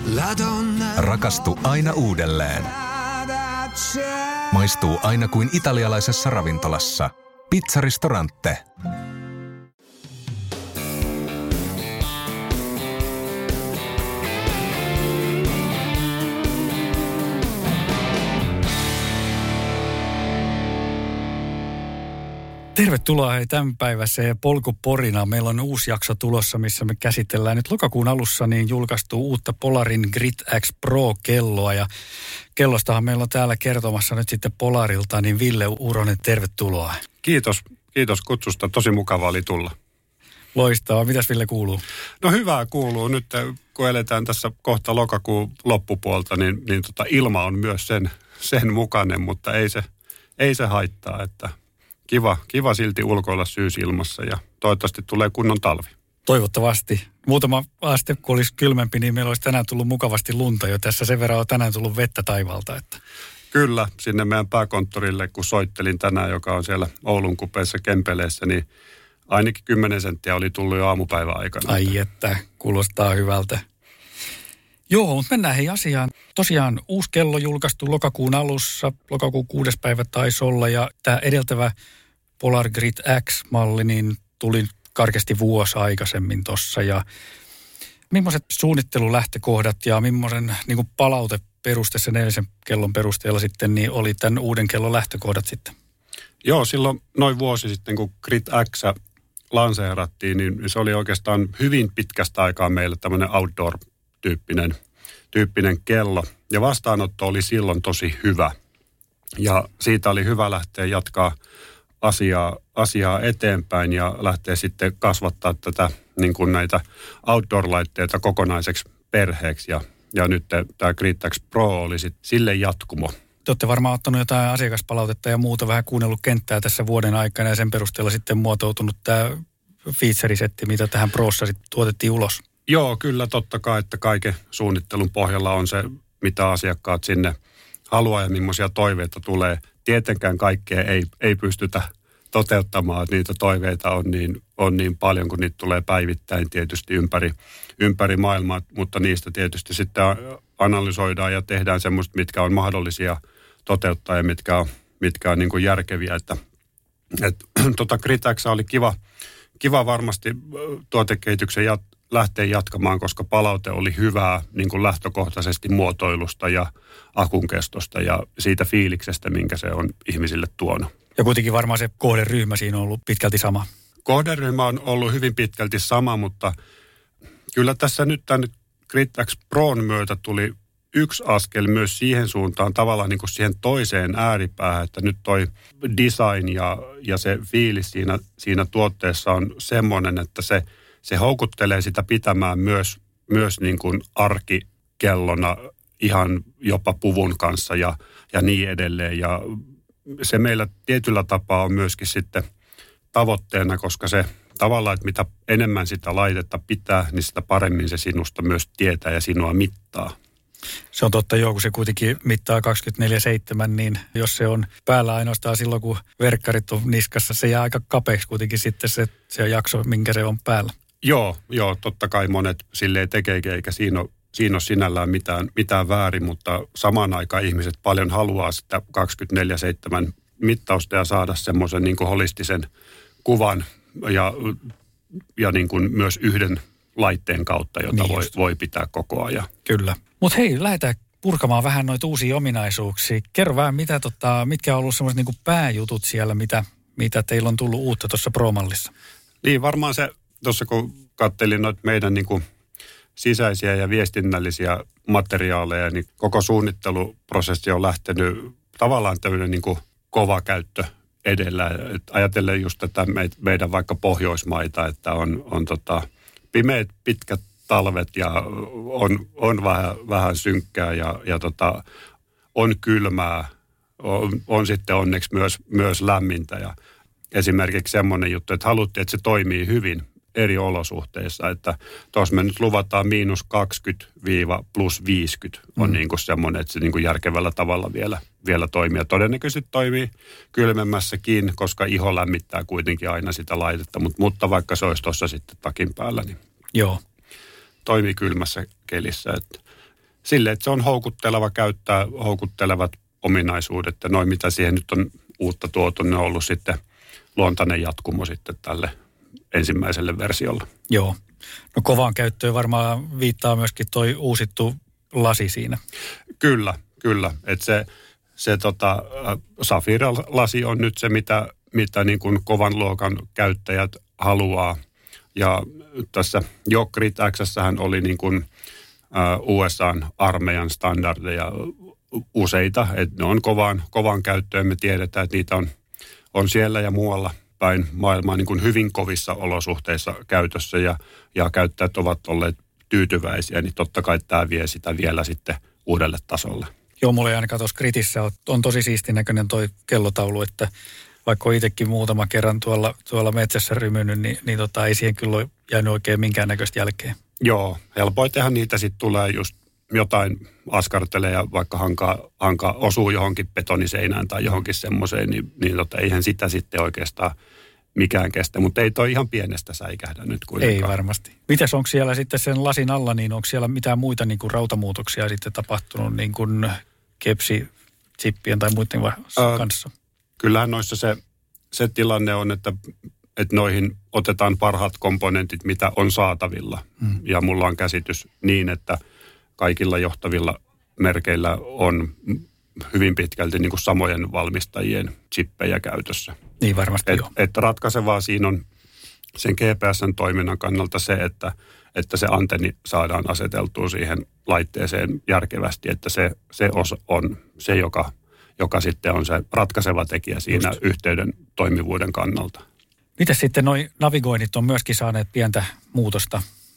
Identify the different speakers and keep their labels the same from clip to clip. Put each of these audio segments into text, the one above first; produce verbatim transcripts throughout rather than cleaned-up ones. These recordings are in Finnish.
Speaker 1: Rakastu aina uudelleen. Maistuu aina kuin italialaisessa ravintolassa. Pizzaristorante.
Speaker 2: Tervetuloa hei tämänpäiväiseen Polkuporinaan. Meillä on uusi jakso tulossa, missä me käsitellään nyt lokakuun alussa niin julkaistuu uutta Polarin Grit X Pro-kelloa. Ja kellostahan meillä on täällä kertomassa nyt sitten Polarilta, niin Ville Uronen, tervetuloa.
Speaker 3: Kiitos, kiitos kutsusta. Tosi mukavaa oli tulla.
Speaker 2: Loistavaa. Mitäs Ville kuuluu?
Speaker 3: No hyvää kuuluu. Nyt kun eletään tässä kohta lokakuun loppupuolta, niin, niin tota ilma on myös sen, sen mukainen, mutta ei se, ei se haittaa, että... Kiva, kiva silti ulkoilla syysilmassa ja toivottavasti tulee kunnon talvi.
Speaker 2: Toivottavasti. Muutama aste, kun olisi kylmempi, niin meillä olisi tänään tullut mukavasti lunta jo. Tässä sen verran on tänään tullut vettä taivaalta. Että.
Speaker 3: Kyllä, sinne meidän pääkonttorille, kun soittelin tänään, joka on siellä Oulun kupeessa Kempeleessä, niin ainakin kymmenen senttiä oli tullut jo aamupäivän aikana.
Speaker 2: Ai että, kuulostaa hyvältä. Joo, mutta mennään hei asiaan. Tosiaan uusi kello julkaistu lokakuun alussa, lokakuun kuudes päivä taisi olla, ja tämä edeltävä Polar Grit X-malli niin tuli karkeasti vuosi aikaisemmin tuossa. Ja millaiset suunnittelulähtökohdat ja millaisen niin kuin palauteperuste sen edellisen kellon perusteella sitten niin oli tämän uuden kellon lähtökohdat sitten?
Speaker 3: Joo, silloin noin vuosi sitten, kun Grit X lanseerattiin, niin se oli oikeastaan hyvin pitkästä aikaa meillä tämmöinen outdoor-tyyppinen tyyppinen kello. Ja vastaanotto oli silloin tosi hyvä. Ja siitä oli hyvä lähteä jatkaa asiaa, asiaa eteenpäin ja lähteä sitten kasvattaa tätä niin kuin näitä outdoor-laitteita kokonaiseksi perheeksi. Ja, ja nyt tämä Grit X Pro oli sitten sille jatkumo.
Speaker 2: Te olette varmaan ottanut jotain asiakaspalautetta ja muuta, vähän kuunnellut kenttää tässä vuoden aikana ja sen perusteella sitten muotoutunut tämä feature-setti, mitä tähän Prossa sitten tuotettiin ulos.
Speaker 3: Joo, kyllä totta kai, että kaiken suunnittelun pohjalla on se, mitä asiakkaat sinne haluaa ja millaisia toiveita tulee. Tietenkään kaikkea ei, ei pystytä toteuttamaan, että niitä toiveita on niin, on niin paljon, kun niitä tulee päivittäin tietysti ympäri, ympäri maailmaa, mutta niistä tietysti sitten analysoidaan ja tehdään semmoista, mitkä on mahdollisia toteuttaa ja mitkä on, mitkä on niin kuin järkeviä. Että, että, tota Grit X oli kiva, kiva varmasti tuotekehityksen jat, lähteä jatkamaan, koska palaute oli hyvää niin kuin lähtökohtaisesti muotoilusta ja akun kestosta ja siitä fiiliksestä, minkä se on ihmisille tuonut.
Speaker 2: Ja kuitenkin varmaan se kohderyhmä siinä on ollut pitkälti sama.
Speaker 3: Kohderyhmä on ollut hyvin pitkälti sama, mutta kyllä tässä nyt tämän Grit X Pro'n myötä tuli yksi askel myös siihen suuntaan, tavallaan niin kuin siihen toiseen ääripäähän, että nyt toi design ja, ja se fiilis siinä, siinä tuotteessa on semmoinen, että se Se houkuttelee sitä pitämään myös, myös niin kuin arkikellona ihan jopa puvun kanssa ja, ja niin edelleen. Ja se meillä tietyllä tapaa on myöskin sitten tavoitteena, koska se tavallaan, että mitä enemmän sitä laitetta pitää, niin sitä paremmin se sinusta myös tietää ja sinua mittaa.
Speaker 2: Se on totta joo, kun se kuitenkin mittaa kaksikymmentäneljä seitsemän, niin jos se on päällä ainoastaan silloin, kun verkkarit on niskassa, se jää aika kapeaksi kuitenkin sitten se, se jakso, minkä se on päällä. Joo,
Speaker 3: joo, totta kai monet silleen tekeekin, eikä siinä ole, siinä ole sinällään mitään, mitään väärin, mutta samaan aikaan ihmiset paljon haluaa sitä kaksikymmentäneljä seitsemän mittausta ja saada semmoisen niin kuin holistisen kuvan ja, ja niin kuin myös yhden laitteen kautta, jota niin voi, voi pitää koko ajan.
Speaker 2: Kyllä. Mutta hei, lähdetään purkamaan vähän noita uusia ominaisuuksia. Kerro vähän, mitä, tota, mitkä on ollut semmoiset niin kuin pääjutut siellä, mitä, mitä teillä on tullut uutta tuossa Pro-mallissa?
Speaker 3: Niin, varmaan se... Tuossa kun katselin noita meidän niin kuin sisäisiä ja viestinnällisiä materiaaleja, niin koko suunnitteluprosessi on lähtenyt tavallaan tämmöinen niin kuin kova käyttö edellä. Et ajatellen just tätä meidän vaikka Pohjoismaita, että on, on tota pimeät pitkät talvet ja on, on vähän, vähän synkkää ja, ja tota, on kylmää, on, on sitten onneksi myös, myös lämmintä ja esimerkiksi semmoinen juttu, että haluttiin, että se toimii hyvin eri olosuhteissa, että tuossa me nyt luvataan miinus kaksikymmentä plus viisikymmentä on mm. niin kuin semmoinen, että se niin kuin järkevällä tavalla vielä, vielä toimii. Ja todennäköisesti toimii kylmemmässäkin, koska iho lämmittää kuitenkin aina sitä laitetta, mutta, mutta vaikka se olisi tuossa sitten takin päällä, niin
Speaker 2: joo,
Speaker 3: toimii kylmässä kelissä. Että. sille, että se on houkutteleva käyttää, houkuttelevat ominaisuudet ja noin mitä siihen nyt on uutta tuotu, ne on ollut sitten luontainen jatkumo sitten tälle ensimmäiselle versiolle.
Speaker 2: Joo. No kovaan käyttöön varmaan viittaa myöskin toi uusittu lasi siinä.
Speaker 3: Kyllä, kyllä. Että se, se tota, Safira-lasi on nyt se, mitä, mitä niin kuin kovan luokan käyttäjät haluaa. Ja tässä jo Grit X:ssähän oli niin kuin uh, U S A:n armeijan standardeja useita. Että ne on kovaan, kovaan käyttöön. Me tiedetään, että niitä on, on siellä ja muualla päin maailmaa niin kuin hyvin kovissa olosuhteissa käytössä ja, ja käyttäjät ovat olleet tyytyväisiä, niin totta kai tämä vie sitä vielä sitten uudelle tasolle.
Speaker 2: Joo, mulla ei ainakaan tuossa Gritissä on, on tosi siistin näköinen toi kellotaulu, että vaikka olen itsekin muutama kerran tuolla, tuolla metsässä rymynyt, niin, niin tota, ei siihen kyllä ole jäänyt oikein minkäännäköistä jälkeen.
Speaker 3: Joo, helpoitenhan niitä sitten tulee just jotain askarteleja, vaikka hanka, hanka osuu johonkin betoniseinään tai johonkin semmoiseen, niin, niin tota, eihän sitä sitten oikeastaan mikään kestä, mutta ei toi ihan pienestä säikähdä nyt kuitenkaan.
Speaker 2: Ei varmasti. Mites onko siellä sitten sen lasin alla, niin onko siellä mitään muita niin kuin rautamuutoksia sitten tapahtunut niin kuin kepsichippien tai muiden kanssa? Öö,
Speaker 3: kyllähän noissa se, se tilanne on, että, että noihin otetaan parhaat komponentit, mitä on saatavilla. Hmm. Ja mulla on käsitys niin, että kaikilla johtavilla merkeillä on hyvin pitkälti niin kuin samojen valmistajien chippejä käytössä.
Speaker 2: Niin varmasti
Speaker 3: et,
Speaker 2: joo.
Speaker 3: Että ratkaisevaa siinä on sen G P S:n toiminnan kannalta se, että, että se antenni saadaan aseteltua siihen laitteeseen järkevästi, että se, se osa on se, joka, joka sitten on se ratkaiseva tekijä siinä Just. yhteyden toimivuuden kannalta.
Speaker 2: Miten sitten nuo navigoinnit on myöskin saaneet pientä muutosta?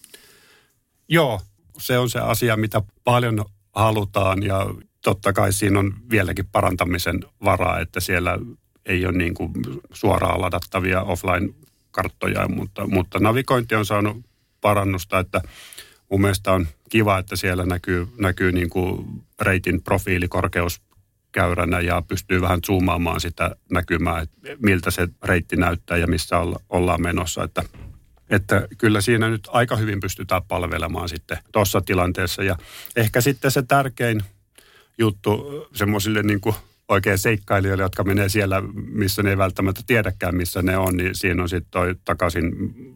Speaker 3: Joo, se on se asia, mitä paljon halutaan ja totta kai siinä on vieläkin parantamisen varaa, että siellä ei ole niin kuin suoraan ladattavia offline-karttoja, mutta, mutta navigointi on saanut parannusta, että mun mielestä on kiva, että siellä näkyy, näkyy niin kuin reitin profiili korkeuskäyränä ja pystyy vähän zoomaamaan sitä näkymää, että miltä se reitti näyttää ja missä olla, ollaan menossa, että Että kyllä siinä nyt aika hyvin pystytään palvelemaan sitten tuossa tilanteessa. Ja ehkä sitten se tärkein juttu semmoisille niin kuin oikein seikkailijoille, jotka menee siellä, missä ne ei välttämättä tiedäkään, missä ne on, niin siinä on sitten toi takaisin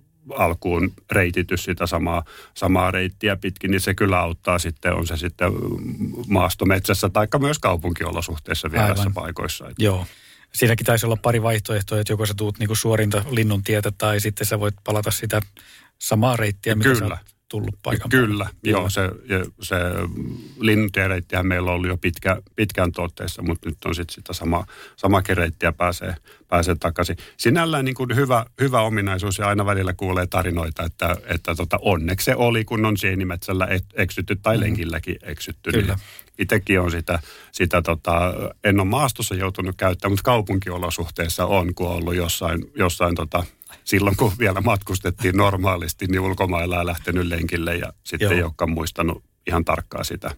Speaker 3: alkuun reititys sitä samaa, samaa reittiä pitkin, niin se kyllä auttaa sitten, on se sitten maastometsässä tai myös kaupunkiolosuhteissa vieressä paikoissa.
Speaker 2: Joo. Siinäkin taisi olla pari vaihtoehtoa, että joko sä tuut niinku suorinta linnun tietä tai sitten sä voit palata sitä samaa reittiä, mitä
Speaker 3: Kyllä.
Speaker 2: sä oot tullut paikan
Speaker 3: Kyllä,
Speaker 2: päälle.
Speaker 3: joo. Se, se linnutiereittihän meillä on ollut jo pitkä, pitkään tuotteessa, mutta nyt on sitten sitä sama, samakin reittiä pääsee, pääsee takaisin. Sinällään niin kuin hyvä, hyvä ominaisuus ja aina välillä kuulee tarinoita, että, että tota, onneksi se oli, kun on sienimetsällä eksytty tai mm. lenkilläkin eksytty.
Speaker 2: Kyllä.
Speaker 3: Niin itsekin on sitä, sitä tota, en ole maastossa joutunut käyttämään, mutta kaupunkiolosuhteissa on, kun on ollut jossain, jossain tota, silloin kun vielä matkustettiin normaalisti, niin ulkomailla on lähtenyt lenkille ja sitten Joo. ei olekaan muistanut ihan tarkkaan sitä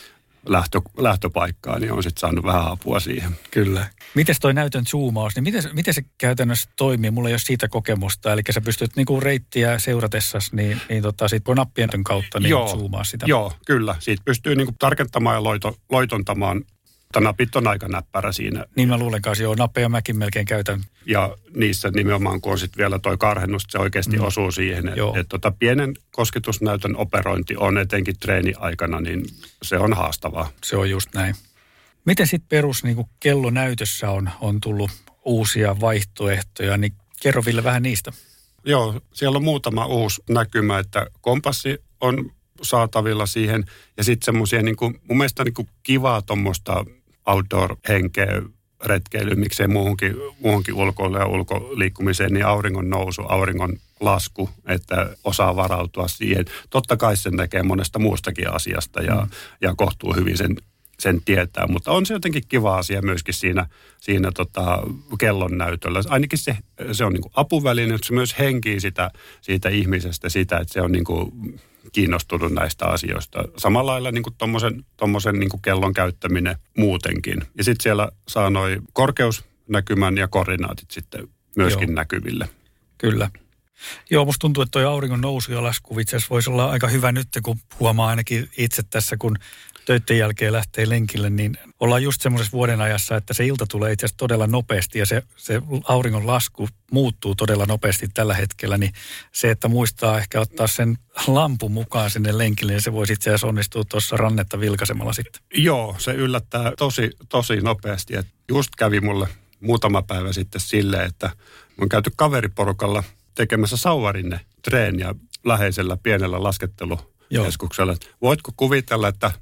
Speaker 3: lähtö, lähtöpaikkaa, niin on sitten saanut vähän apua siihen.
Speaker 2: Kyllä. Miten toi näytön zoomaus, niin miten, miten se käytännössä toimii? Mulla ei ole siitä kokemusta, eli sä pystyt niinku reittiä seuratessasi, niin, niin tota, sit kun nappien kautta niin
Speaker 3: Joo.
Speaker 2: zoomaa sitä.
Speaker 3: Joo, kyllä. Siitä pystyy niinku tarkentamaan ja loito, loitontamaan. Napit on aika näppärä siinä.
Speaker 2: Niin mä luulen kanssa, joo, nappeja mäkin melkein käytän.
Speaker 3: Ja niissä nimenomaan, kun on sitten vielä toi karhennus, se oikeasti mm. osuu siihen. Että et tota, pienen kosketusnäytön operointi on etenkin treeni-aikana, niin se on haastavaa.
Speaker 2: Se on just näin. Miten sitten perus niin kellonäytössä on, on tullut uusia vaihtoehtoja, niin kerro Ville vähän niistä.
Speaker 3: Joo, siellä on muutama uusi näkymä, että kompassi on saatavilla siihen ja sitten semmoisia niin kuin, mun mielestä niin kuin kivaa tuommoista outdoor-henkeä retkeilyä, miksei muuhunkin, muuhunkin ulkoille ja ulkoliikkumiseen, niin auringon nousu, auringon lasku, että osaa varautua siihen. Totta kai sen näkee monesta muustakin asiasta ja, mm. ja kohtuu hyvin sen, sen tietää, mutta on se jotenkin kiva asia myöskin siinä, siinä tota kellon näytöllä. Ainakin se, se on niin kuin apuväline, että se myös henkii sitä, siitä ihmisestä sitä, että se on niin kuin kiinnostunut näistä asioista. Samalla lailla niin kuin tommosen, tommosen niin kuin kellon käyttäminen muutenkin. Ja sitten siellä saa noi korkeusnäkymän ja koordinaatit sitten myöskin Joo. näkyville.
Speaker 2: Kyllä. Joo, musta tuntuu, että toi auringon nousu ja lasku itse asiassa voisi olla aika hyvä nyt, kun huomaa ainakin itse tässä, kun töiden jälkeen lähtee lenkille, niin ollaan just semmoisessa vuoden ajassa, että se ilta tulee itse asiassa todella nopeasti ja se, se auringon lasku muuttuu todella nopeasti tällä hetkellä, niin se, että muistaa ehkä ottaa sen lampun mukaan sinne lenkille, niin se voisi itse asiassa onnistua tuossa rannetta vilkaisemalla sitten.
Speaker 3: Joo, se yllättää tosi, tosi nopeasti. Et just kävi mulle muutama päivä sitten silleen, että on käyty kaveriporukalla tekemässä sauvarinne treeniä läheisellä pienellä laskettelukeskuksella. Voitko kuvitella, että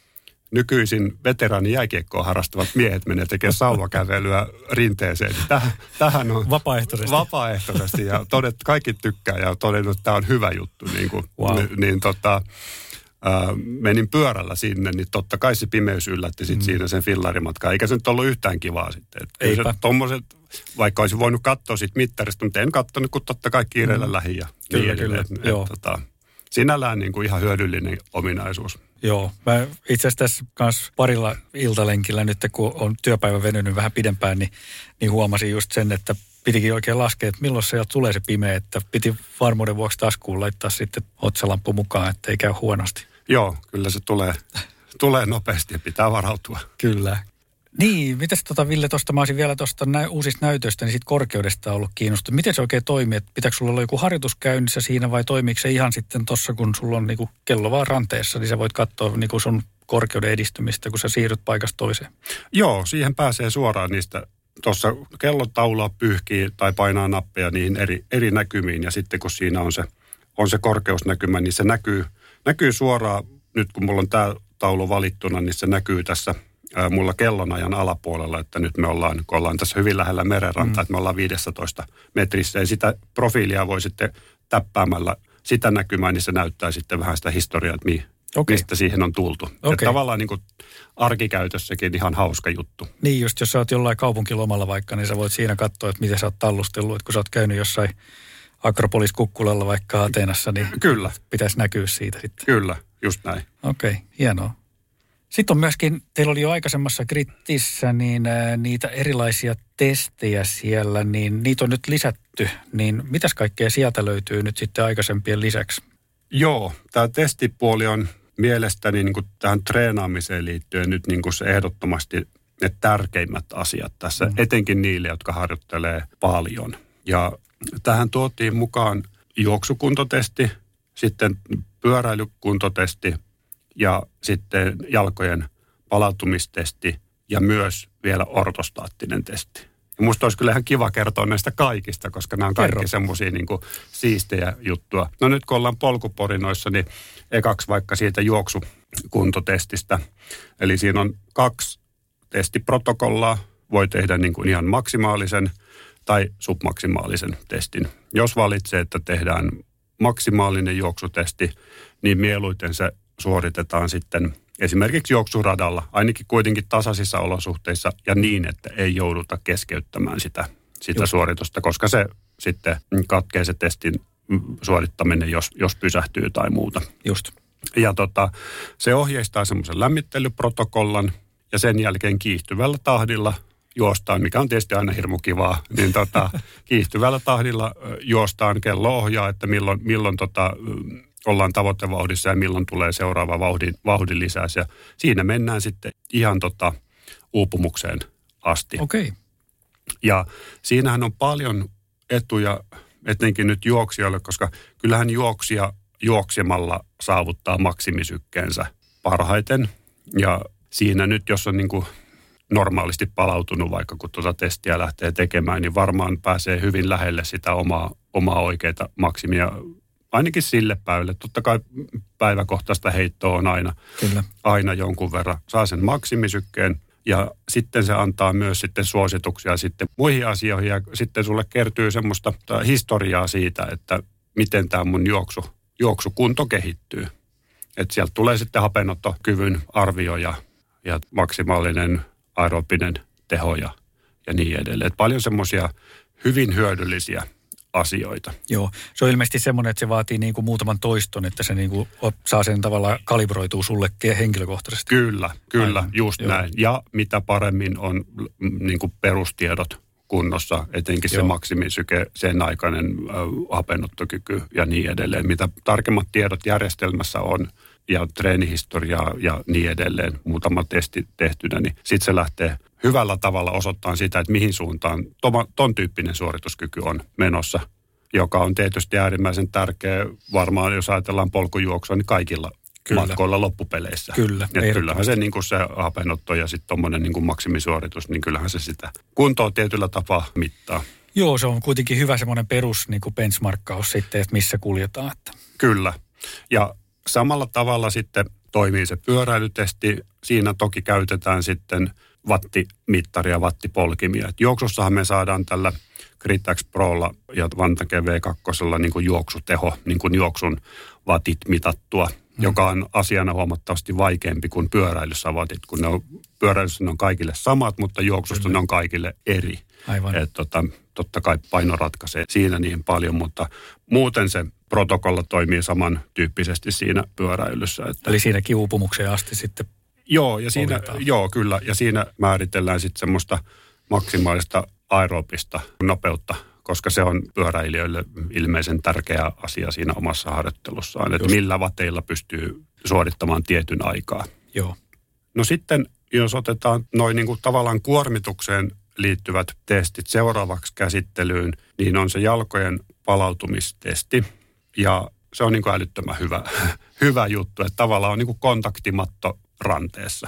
Speaker 3: nykyisin veteraani jääkiekkoa harrastavat miehet menee tekemään sauvakävelyä rinteeseen? Tähän, tähän on
Speaker 2: vapaaehtoisesti.
Speaker 3: Vapaaehtoisesti ja todet, kaikki tykkää ja on todennut, että tämä on hyvä juttu. Niin, kuin, wow. niin, niin tota, äh, menin pyörällä sinne, niin totta kai se pimeys yllätti sit mm. siinä sen fillarimatkaa. Eikä se nyt ollut yhtään kivaa sitten. Eipä. Se, tommoset, vaikka olisi voinut katsoa siitä mittarista, mutta en katsonut, kun totta kai kiireellä mm. lähi ja
Speaker 2: kyllä,
Speaker 3: niin
Speaker 2: kyllä.
Speaker 3: Et, et, tota, sinällään niin kuin ihan hyödyllinen ominaisuus.
Speaker 2: Joo, mä itse asiassa tässä kanssa parilla iltalenkillä nyt, kun on työpäivä venynyt vähän pidempään, niin, niin huomasin just sen, että pitikin oikein laskea, että milloin sieltä tulee se pimeä, että piti varmuuden vuoksi taskuun laittaa sitten otsalamppu mukaan, että ei käy huonosti.
Speaker 3: Joo, kyllä se tulee, tulee nopeasti ja pitää varautua.
Speaker 2: Kyllä. Niin, mitäs tota Ville tuosta, mä olisin vielä tuosta nä- uusista näytöistä, niin siitä korkeudesta ollut kiinnostunut. Miten se oikein toimii? Että pitääkö sulla olla joku harjoitus käynnissä siinä vai toimiiko se ihan sitten tuossa, kun sulla on niinku kello vaan ranteessa, niin sä voit katsoa niinku sun korkeuden edistymistä, kun sä siirryt paikasta toiseen?
Speaker 3: Joo, siihen pääsee suoraan niistä. Tuossa kellon taulua pyyhkii tai painaa nappeja niihin eri, eri näkymiin ja sitten kun siinä on se, on se korkeusnäkymä, niin se näkyy, näkyy suoraan. Nyt kun mulla on tämä taulu valittuna, niin se näkyy tässä mulla kellonajan alapuolella, että nyt me ollaan, kun ollaan tässä hyvin lähellä merenrantaa, mm. että me ollaan viisitoista metrissä. Ja sitä profiilia voi sitten täppäämällä sitä näkymään, niin se näyttää sitten vähän sitä historiaa, että mi, okay. mistä siihen on tultu. Okay. Että tavallaan niin kuin arkikäytössäkin ihan hauska juttu.
Speaker 2: Niin just, jos sä oot jollain kaupunkilomalla vaikka, niin sä voit siinä katsoa, että miten sä oot tallustellut. Että kun sä oot käynyt jossain Akropolis-kukkulalla vaikka Ateenassa, niin kyllä. Pitäisi näkyä siitä sitten.
Speaker 3: Kyllä, just näin.
Speaker 2: Okei, okay, hienoa. Sitten on myöskin, teillä oli jo aikaisemmassa Grittissä niin ää, niitä erilaisia testejä siellä, niin niitä on nyt lisätty. Niin mitäs kaikkea sieltä löytyy nyt sitten aikaisempien lisäksi?
Speaker 3: Joo, tämä testipuoli on mielestäni niin kuin tähän treenaamiseen liittyen nyt niin kuin se ehdottomasti ne tärkeimmät asiat tässä, mm. etenkin niille, jotka harjoittelee paljon. Ja tähän tuotiin mukaan juoksukuntotesti, sitten pyöräilykuntotesti, ja sitten jalkojen palautumistesti ja myös vielä ortostaattinen testi. Ja musta olisi kyllä ihan kiva kertoa näistä kaikista, koska nämä on kaikki semmoisia niin kuin siistejä juttua. No nyt kun ollaan polkuporinoissa, niin ekaksi vaikka siitä juoksukuntotestistä. Eli siinä on kaksi testiprotokollaa. Voi tehdä niin kuin ihan maksimaalisen tai submaksimaalisen testin. Jos valitsee, että tehdään maksimaalinen juoksutesti, niin mieluiten se suoritetaan sitten esimerkiksi juoksuradalla, ainakin kuitenkin tasaisissa olosuhteissa ja niin, että ei jouduta keskeyttämään sitä, sitä suoritusta, koska se sitten katkee se testin suorittaminen, jos, jos pysähtyy tai muuta.
Speaker 2: Just.
Speaker 3: Ja tota, se ohjeistaa semmoisen lämmittelyprotokollan ja sen jälkeen kiihtyvällä tahdilla juostaan, mikä on tietysti aina hirmu kivaa, niin tota, kiihtyvällä tahdilla juostaan, kello ohjaa, että milloin, milloin tota, ollaan tavoitevauhdissa ja milloin tulee seuraava vauhdin, vauhdin lisäys. Ja siinä mennään sitten ihan tota, uupumukseen asti.
Speaker 2: Okei. Okay.
Speaker 3: Ja siinähän on paljon etuja, etenkin nyt juoksijoille, koska kyllähän juoksija juoksemalla saavuttaa maksimisykkeensä parhaiten. Ja siinä nyt, jos on niin kuin normaalisti palautunut, vaikka kun tuota testiä lähtee tekemään, niin varmaan pääsee hyvin lähelle sitä omaa, omaa oikeaa maksimia. Ainakin sille päivälle. Totta kai päiväkohtaista heittoa on aina, Kyllä. aina jonkun verran. Saa sen maksimisykkeen ja sitten se antaa myös sitten suosituksia sitten muihin asioihin. Ja sitten sulle kertyy semmoista historiaa siitä, että miten tämä mun juoksu, juoksukunto kehittyy. Että sieltä tulee sitten hapenottokyvyn arvio ja, ja maksimaalinen aerobinen teho ja, ja niin edelleen. Et paljon semmoisia hyvin hyödyllisiä asioita.
Speaker 2: Joo, se on ilmeisesti semmoinen, että se vaatii niin kuin muutaman toiston, että se niin kuin saa sen tavalla kalibroitua sulle henkilökohtaisesti.
Speaker 3: Kyllä, kyllä, Aivan. just Joo. näin. Ja mitä paremmin on niin kuin perustiedot kunnossa, etenkin
Speaker 2: Joo.
Speaker 3: se maksimisyke, sen aikainen äh, hapenottokyky ja niin edelleen. Mitä tarkemmat tiedot järjestelmässä on ja treenihistoriaa ja niin edelleen, muutama testi tehtynä, niin sitten se lähtee hyvällä tavalla osoittamaan sitä, että mihin suuntaan toma, ton tyyppinen suorituskyky on menossa, joka on tietysti äärimmäisen tärkeä varmaan, jos ajatellaan polkujuoksua, niin kaikilla Kyllä. matkoilla loppupeleissä.
Speaker 2: Kyllä,
Speaker 3: kyllähän se, niin kuin se hapenotto ja sitten tuommoinen niin kuin maksimisuoritus, niin kyllähän se sitä kuntoa tietyllä tapaa mittaa.
Speaker 2: Joo, se on kuitenkin hyvä semmoinen perus niin kuin benchmarkkaus sitten, että missä kuljetaan. Että.
Speaker 3: Kyllä. Ja samalla tavalla sitten toimii se pyöräilytesti. Siinä toki käytetään sitten wattimittaria ja wattipolkimia. Et juoksussahan me saadaan tällä GridX Prolla ja Vantage V kaksi niin kuin juoksuteho, niin kuin juoksun wattit mitattua, mm. joka on asiana huomattavasti vaikeampi kuin pyöräilyssä wattit, kun ne on, pyöräilyssä ne on kaikille samat, mutta juoksusta Kyllä. ne on kaikille eri.
Speaker 2: Aivan.
Speaker 3: Et, tota, totta kai paino ratkaisee siinä niin paljon, mutta muuten se protokolla toimii samantyyppisesti siinä pyöräilyssä. Että
Speaker 2: Eli siinä kivupumukseen asti sitten
Speaker 3: Joo, ja siinä, joo, kyllä. Ja siinä määritellään sitten semmoista maksimaalista aerobista nopeutta, koska se on pyöräilijöille ilmeisen tärkeä asia siinä omassa harjoittelussaan, että millä vateilla pystyy suorittamaan tietyn aikaa.
Speaker 2: Joo.
Speaker 3: No sitten, jos otetaan noin niin kuin tavallaan kuormitukseen liittyvät testit seuraavaksi käsittelyyn, niin on se jalkojen palautumistesti. Ja se on niin kuin älyttömän hyvä, hyvä juttu, että tavallaan on niin kuin kontaktimatto ranteessa.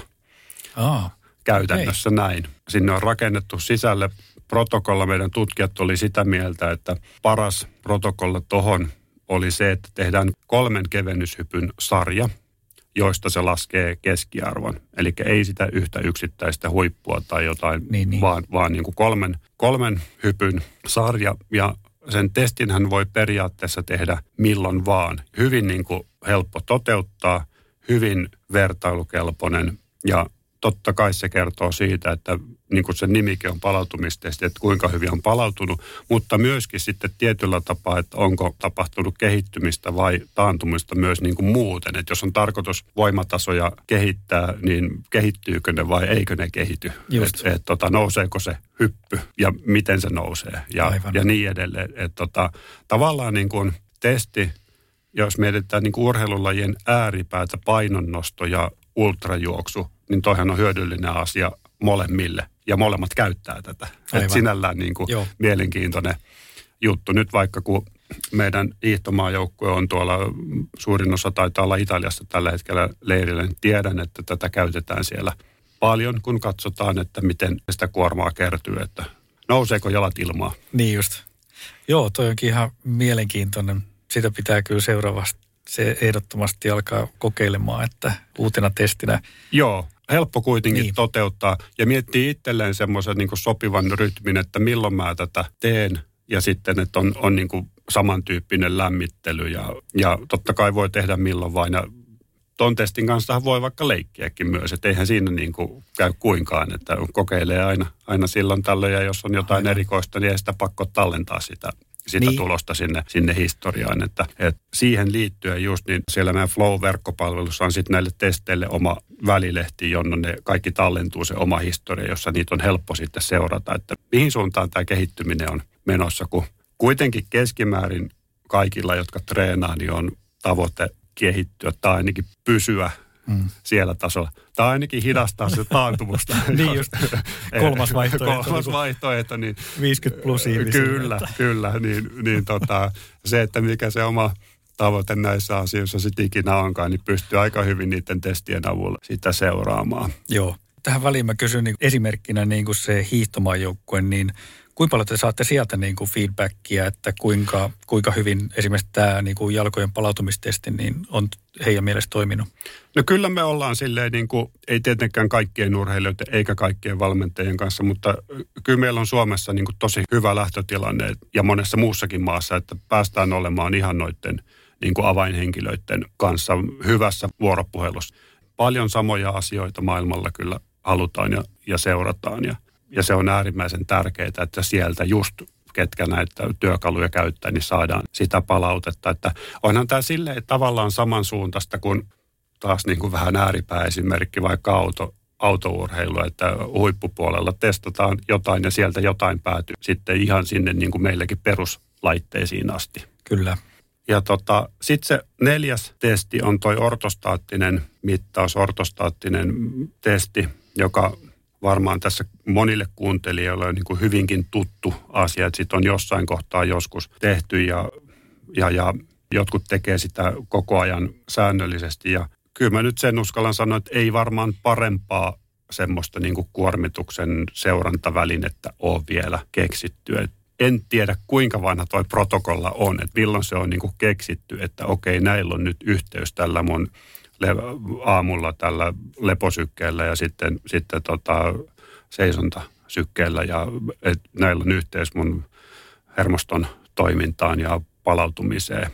Speaker 2: Aa,
Speaker 3: Käytännössä okay. näin. Sinne on rakennettu sisälle protokolla. Meidän tutkijat oli sitä mieltä, että paras protokolla tohon oli se, että tehdään kolmen kevennyshypyn sarja, joista se laskee keskiarvon. Eli ei sitä yhtä yksittäistä huippua tai jotain,
Speaker 2: niin, niin.
Speaker 3: vaan, vaan niin kuin kolmen, kolmen hypyn sarja. Ja sen testinhän voi periaatteessa tehdä milloin vaan. Hyvin niin kuin helppo toteuttaa, hyvin vertailukelpoinen ja totta kai se kertoo siitä, että niin kuin se nimikin on palautumistesti, että kuinka hyvin on palautunut, mutta myöskin sitten tietyllä tapaa, että onko tapahtunut kehittymistä vai taantumista myös niin kuin muuten. Että jos on tarkoitus voimatasoja kehittää, niin kehittyykö ne vai eikö ne kehity? Että et, tota, nouseeko se hyppy ja miten se nousee ja, ja niin edelleen. Että tota, tavallaan niin kuin testi, jos mietitään niin kuin urheilulajien ääripäätä, painonnosto ja ultrajuoksu, niin toihan on hyödyllinen asia molemmille. Ja molemmat käyttää tätä. Että sinällään niin kuin mielenkiintoinen juttu. Nyt vaikka kun meidän hiihtomaajoukkue on tuolla, suurin osa taitaa olla Italiassa tällä hetkellä leirillä, niin tiedän, että tätä käytetään siellä paljon, kun katsotaan, että miten sitä kuormaa kertyy, että nouseeko jalat ilmaa.
Speaker 2: Niin just. Joo, toi onkin ihan mielenkiintoinen. Sitä pitää kyllä seuraavasti se ehdottomasti alkaa kokeilemaan, että uutena testinä.
Speaker 3: Joo, helppo kuitenkin
Speaker 2: niin.
Speaker 3: toteuttaa ja miettii itselleen semmoisen niin kuin sopivan rytmin, että milloin mä tätä teen ja sitten, että on, on niin kuin samantyyppinen lämmittely ja, ja totta kai voi tehdä milloin vain. Ja ton testin kanssa voi vaikka leikkiäkin myös, että eihän siinä niin kuin käy kuinkaan, että kokeilee aina, aina silloin tällöin ja jos on jotain Aina. erikoista, niin ei sitä pakko tallentaa sitä. sitä niin. tulosta sinne, sinne historiaan. Että, että siihen liittyen just niin siellä meidän Flow-verkkopalvelussa on sitten näille testeille oma välilehti, jonne ne kaikki tallentuu se oma historia, jossa niitä on helppo sitten seurata, että mihin suuntaan tämä kehittyminen on menossa, kun kuitenkin keskimäärin kaikilla, jotka treenaa, niin on tavoite kehittyä tai ainakin pysyä Mm. siellä tasolla. Tai ainakin hidastaa se taantumusta.
Speaker 2: Niin just, kolmas vaihtoehto.
Speaker 3: kolmas vaihtoehto. Niin,
Speaker 2: viisikymmentä plus ihmisiä.
Speaker 3: Kyllä, kyllä. Niin, niin tota, se, että mikä se oma tavoite näissä asioissa sitten ikinä onkaan, niin pystyy aika hyvin niiden testien avulla sitä seuraamaan.
Speaker 2: Joo. Tähän väliin mä kysyn niin esimerkkinä niin kuin se hiihtomaajoukkue, niin kuinka paljon te saatte sieltä niin kuin feedbackia, että kuinka, kuinka hyvin esimerkiksi tämä niin kuin jalkojen palautumistesti niin on heidän mielestä toiminut?
Speaker 3: No kyllä me ollaan silleen, niin kuin, ei tietenkään kaikkien urheilijoiden eikä kaikkien valmentajien kanssa, mutta kyllä meillä on Suomessa niin kuin tosi hyvä lähtötilanne ja monessa muussakin maassa, että päästään olemaan ihan noiden niin kuin avainhenkilöiden kanssa hyvässä vuoropuhelussa. Paljon samoja asioita maailmalla kyllä halutaan ja, ja seurataan ja Ja se on äärimmäisen tärkeää, että sieltä just ketkä näitä työkaluja käyttää, niin saadaan sitä palautetta. Että onhan tämä silleen tavallaan samansuuntaista kuin taas niin kuin vähän ääripääesimerkki, vaikka auto, autourheilua, että huippupuolella testataan jotain ja sieltä jotain päätyy sitten ihan sinne niin kuin meilläkin peruslaitteisiin asti.
Speaker 2: Kyllä.
Speaker 3: Ja tota, sitten se neljäs testi on toi ortostaattinen mittaus, ortostaattinen testi, joka varmaan tässä monille kuuntelijoille on niin kuin hyvinkin tuttu asia, että sitä on jossain kohtaa joskus tehty ja, ja, ja jotkut tekee sitä koko ajan säännöllisesti. Ja kyllä mä nyt sen uskallan sanoa, että ei varmaan parempaa semmoista niin kuin kuormituksen seurantavälinettä ole vielä keksitty. En tiedä, kuinka vanha toi protokolla on, että milloin se on niin kuin keksitty, että okei, näillä on nyt yhteys tällä mun le- aamulla tällä leposykkeellä ja sitten, sitten tota seisontasykkeellä ja et näillä on yhteys mun hermoston toimintaan ja palautumiseen.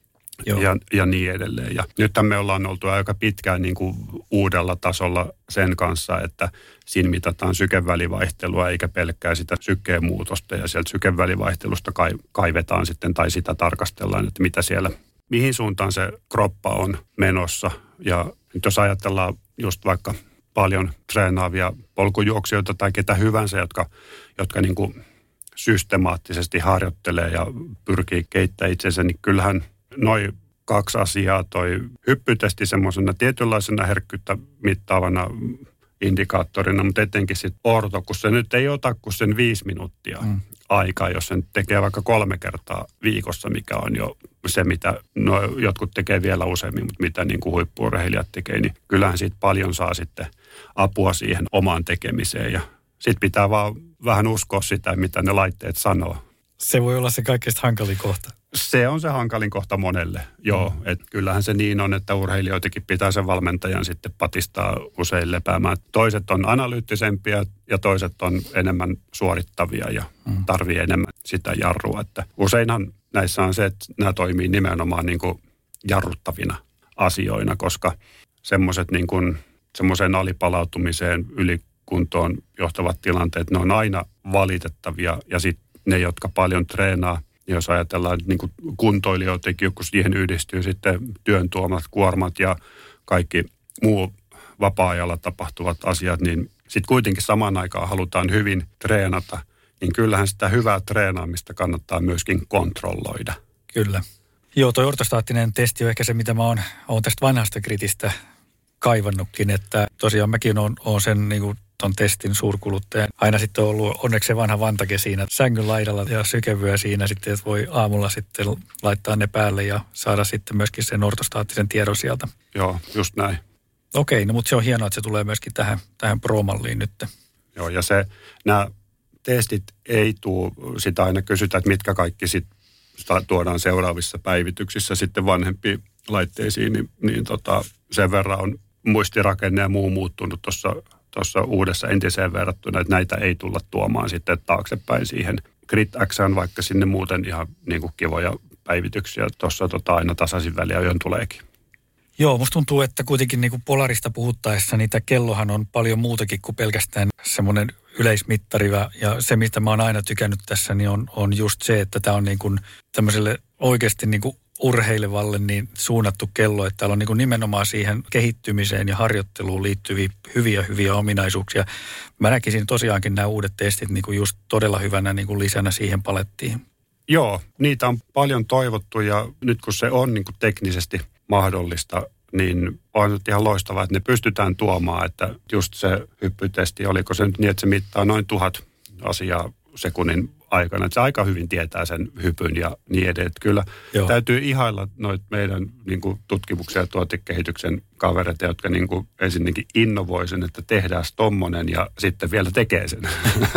Speaker 3: Ja, ja niin edelleen. Ja nythän me ollaan oltu aika pitkään niin kuin uudella tasolla sen kanssa, että siinä mitataan sykevälivaihtelua eikä pelkkää sitä sykkeen muutosta. Ja sieltä sykevälivaihtelusta kaivetaan sitten tai sitä tarkastellaan, että mitä siellä, mihin suuntaan se kroppa on menossa. Ja nyt jos ajatellaan just vaikka paljon treenaavia polkujuoksijoita tai ketä hyvänsä, jotka, jotka niin kuin systemaattisesti harjoittelee ja pyrkii keittämään itsensä, niin kyllähän noi kaksi asiaa, toi hyppytesti semmoisena tietynlaisena herkkyyttä mittaavana indikaattorina, mutta etenkin sitten orto, kun se nyt ei ota kuin sen viisi minuuttia mm. aikaa, jos sen tekee vaikka kolme kertaa viikossa, mikä on jo se, mitä no, jotkut tekee vielä useammin, mutta mitä niin kuin huippu-urheilijat tekee, niin kyllähän siitä paljon saa sitten apua siihen omaan tekemiseen ja sitten pitää vaan vähän uskoa sitä, mitä ne laitteet sanoo.
Speaker 2: Se voi olla se kaikkein hankalin kohta.
Speaker 3: Se on se hankalin kohta monelle, joo. Mm. Että kyllähän se niin on, että urheilijoitakin pitää sen valmentajan sitten patistaa usein lepäämään. Toiset on analyyttisempia ja toiset on enemmän suorittavia ja mm. tarvii enemmän sitä jarrua. Että useinhan näissä on se, että nämä toimii nimenomaan niin kuin jarruttavina asioina, koska semmoiset niin kuin semmoiseen alipalautumiseen, ylikuntoon johtavat tilanteet, ne on aina valitettavia ja sitten ne, jotka paljon treenaa, jos ajatellaan niin kuin kuntoilijoitakin, kun siihen yhdistyy sitten työn tuomat kuormat ja kaikki muu vapaa-ajalla tapahtuvat asiat, niin sitten kuitenkin samaan aikaan halutaan hyvin treenata, niin kyllähän sitä hyvää treenaamista kannattaa myöskin kontrolloida.
Speaker 2: Kyllä. Joo, toi ortostaattinen testi on ehkä se, mitä mä oon, oon tästä vanhasta kritistä kaivannutkin, että tosiaan mäkin oon, oon sen niin kuin ton testin suurkuluttaja. Aina sitten on ollut onneksi se vanha Vantake siinä sängyn laidalla ja sykevyä siinä sitten, että voi aamulla sitten laittaa ne päälle ja saada sitten myöskin sen ortostaattisen tiedon sieltä.
Speaker 3: Joo, just näin.
Speaker 2: Okei, no mutta se on hienoa, että se tulee myöskin tähän, tähän Pro-malliin nyt.
Speaker 3: Joo, ja se, nämä testit ei tule, sitä aina kysytään, että mitkä kaikki sitten tuodaan seuraavissa päivityksissä sitten vanhempiin laitteisiin, niin, niin tota, sen verran on muistirakenne ja muu muuttunut tuossa tuossa uudessa entiseen verrattuna, että näitä ei tulla tuomaan sitten taaksepäin siihen. GridX on vaikka sinne muuten ihan niin kuin kivoja päivityksiä tuossa tota aina tasaisin väliajoin tuleekin.
Speaker 2: Joo, musta tuntuu, että kuitenkin niin kuin Polarista puhuttaessa niitä kellohan on paljon muutakin kuin pelkästään semmoinen yleismittari. Ja se, mistä mä oon aina tykännyt tässä, niin on, on just se, että tämä on niin kuin tämmöiselle oikeasti niin kuin urheilevalle niin suunnattu kello, että täällä on niin kuin nimenomaan siihen kehittymiseen ja harjoitteluun liittyviä hyviä, hyviä ominaisuuksia. Mä näkisin tosiaankin nämä uudet testit niin kuin just todella hyvänä niin kuin lisänä siihen palettiin.
Speaker 3: Joo, niitä on paljon toivottu ja nyt kun se on niin kuin teknisesti mahdollista, niin on nyt ihan loistavaa, että ne pystytään tuomaan, että just se hyppytesti, oliko se nyt niin, että se mittaa noin tuhat asiaa sekunnin aikana. Että se aika hyvin tietää sen hypyn ja niin edelleen. Kyllä Joo. täytyy ihailla noita meidän niin kuin tutkimuksen ja tuotekehityksen kavereita, jotka niin kuin ensinnäkin innovoi sen, että tehdään tommonen ja sitten vielä tekee sen.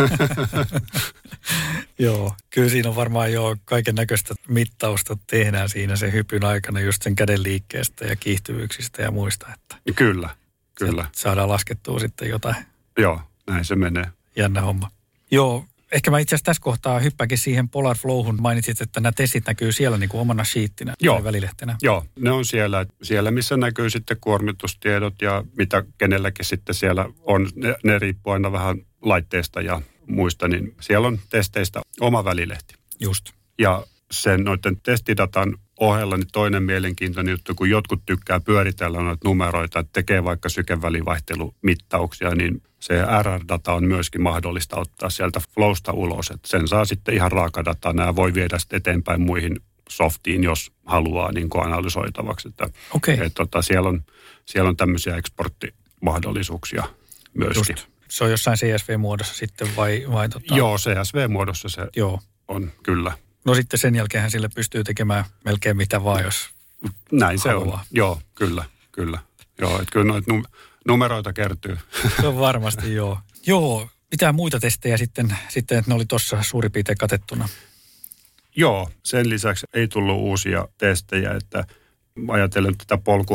Speaker 2: Joo, kyllä siinä on varmaan jo kaiken näköistä mittausta tehdään siinä sen hypyn aikana just sen käden liikkeestä ja kiihtyvyyksistä ja muista. Että
Speaker 3: kyllä, kyllä.
Speaker 2: Saadaan laskettua sitten jotain.
Speaker 3: Joo, näin se menee.
Speaker 2: Jännä homma. Joo. Ehkä mä itse asiassa tässä kohtaa hyppääkin siihen Polar Flowhun. Mainitsit, että nämä testit näkyy siellä niin kuin omana sheettinä tai välilehtenä.
Speaker 3: Joo, ne on siellä, siellä, missä näkyy sitten kuormitustiedot ja mitä kenelläkin sitten siellä on. Ne, ne riippuu aina vähän laitteesta ja muista, niin siellä on testeistä oma välilehti.
Speaker 2: Just.
Speaker 3: Ja sen noiden testidatan ohella niin toinen mielenkiintoinen juttu, kun jotkut tykkää pyöritellä noita numeroita, että tekee vaikka sykevälivaihtelumittauksia, niin se R R-data on myöskin mahdollista ottaa sieltä flowsta ulos. Että sen saa sitten ihan raakadatana ja voi viedä sitten eteenpäin muihin softiin, jos haluaa niin kuin analysoitavaksi. Että,
Speaker 2: Okei.
Speaker 3: että, tota, siellä, on, siellä on tämmöisiä eksporttimahdollisuuksia myöskin.
Speaker 2: Just. Se on jossain C S V-muodossa sitten vai? vai tota...
Speaker 3: Joo, C S V-muodossa se Joo. on, kyllä.
Speaker 2: No sitten sen jälkeen sille pystyy tekemään melkein mitä vaan, jos
Speaker 3: Näin
Speaker 2: haluaa.
Speaker 3: Se on. Joo, kyllä, kyllä. Joo, että kyllä noita numeroita kertyy.
Speaker 2: Se on varmasti, joo. Joo, mitä muita testejä sitten, sitten että ne oli tuossa suurin piirtein katettuna?
Speaker 3: Joo, sen lisäksi ei tullut uusia testejä, että ajatellen tätä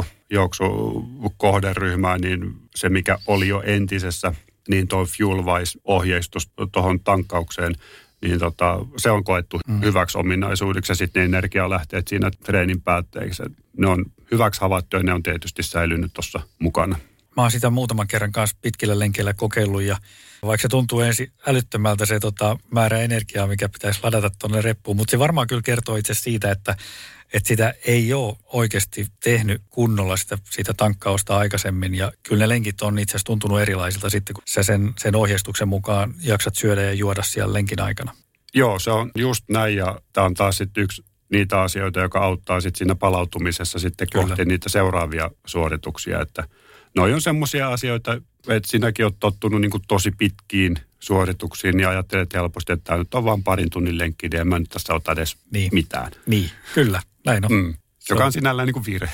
Speaker 3: polkujuoksukohderyhmää, niin se mikä oli jo entisessä, niin tuo FuelWise-ohjeistus tuohon tankkaukseen, niin tota, se on koettu mm. hyväksi ominaisuudeksi ja sitten ne energialähteet siinä treenin päätteeksi. Ne on hyväksi havaittu ja ne on tietysti säilynyt tuossa mukana.
Speaker 2: Mä oon sitä muutaman kerran kanssa pitkillä lenkeillä kokeillut ja vaikka se tuntuu ensin älyttömältä se tota, määrä energiaa, mikä pitäisi ladata tuonne reppuun, mutta se varmaan kyllä kertoo itse siitä, että, että sitä ei ole oikeasti tehnyt kunnolla sitä, sitä tankkausta aikaisemmin ja kyllä ne lenkit on itse asiassa tuntunut erilaisilta sitten, kun sä sen, sen ohjeistuksen mukaan jaksat syödä ja juoda siellä lenkin aikana.
Speaker 3: Joo, se on just näin ja tämä on taas sitten yksi niitä asioita, joka auttaa sitten siinä palautumisessa sitten kyllä. kohti niitä seuraavia suorituksia, että noi on semmoisia asioita, että sinäkin olet tottunut niin kuin tosi pitkiin suorituksiin ja ajattelet helposti, että tämä nyt on vain parin tunnin lenkki ja mä nyt tässä ota edes
Speaker 2: niin.
Speaker 3: mitään.
Speaker 2: Niin, kyllä, näin on. Mm.
Speaker 3: Joka on sinällään niin kuin virhe,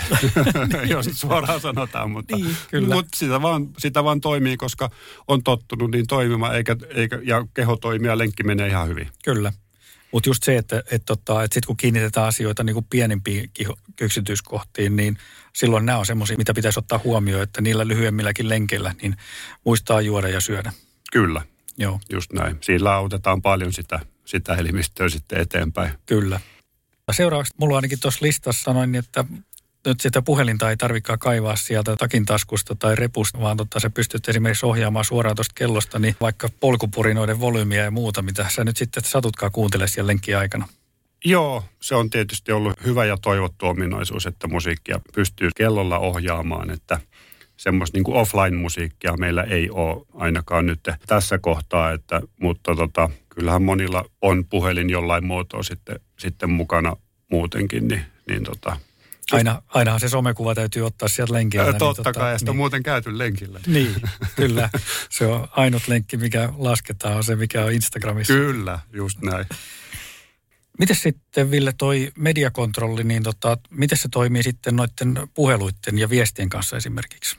Speaker 3: jos suoraan sanotaan, mutta,
Speaker 2: niin, kyllä.
Speaker 3: mutta sitä, vaan, sitä vaan toimii, koska on tottunut niin toimimaan eikä, eikä, ja keho toimii ja lenkki menee ihan hyvin.
Speaker 2: Kyllä. Mutta just se, että, että, että, että sitten kun kiinnitetään asioita niin kuin pienempiin yksityiskohtiin, niin silloin nämä on semmoisia, mitä pitäisi ottaa huomioon, että niillä lyhyemmilläkin lenkeillä niin muistaa juoda ja syödä.
Speaker 3: Kyllä,
Speaker 2: Joo.
Speaker 3: just näin. Sillä autetaan paljon sitä, sitä elimistöä sitten eteenpäin.
Speaker 2: Kyllä. Seuraavaksi mulla ainakin tuossa listassa sanoin, että nyt sitä puhelinta ei tarvikaan kaivaa sieltä takin taskusta tai repusta, vaan totta, sä pystyt esimerkiksi ohjaamaan suoraan tuosta kellosta, niin vaikka polkupurinoiden volyymiä ja muuta, mitä sä nyt sitten satutkaan kuuntele siellä lenkkiä aikana.
Speaker 3: Joo, se on tietysti ollut hyvä ja toivottu ominaisuus, että musiikkia pystyy kellolla ohjaamaan, että semmoista niin kuin offline-musiikkia meillä ei ole ainakaan nyt tässä kohtaa, että, mutta tota, kyllähän monilla on puhelin jollain muotoa sitten, sitten mukana muutenkin, niin, niin tota...
Speaker 2: Aina, ainahan se somekuva täytyy ottaa sieltä lenkiltä.
Speaker 3: Totta
Speaker 2: niin,
Speaker 3: kai, ja sitä
Speaker 2: niin.
Speaker 3: muuten käyty lenkillä.
Speaker 2: Niin, kyllä. Se on ainut lenkki, mikä lasketaan, on se, mikä on Instagramissa.
Speaker 3: Kyllä, just näin.
Speaker 2: Miten sitten, Ville, toi mediakontrolli, niin tota, miten se toimii sitten noiden puheluiden ja viestien kanssa esimerkiksi?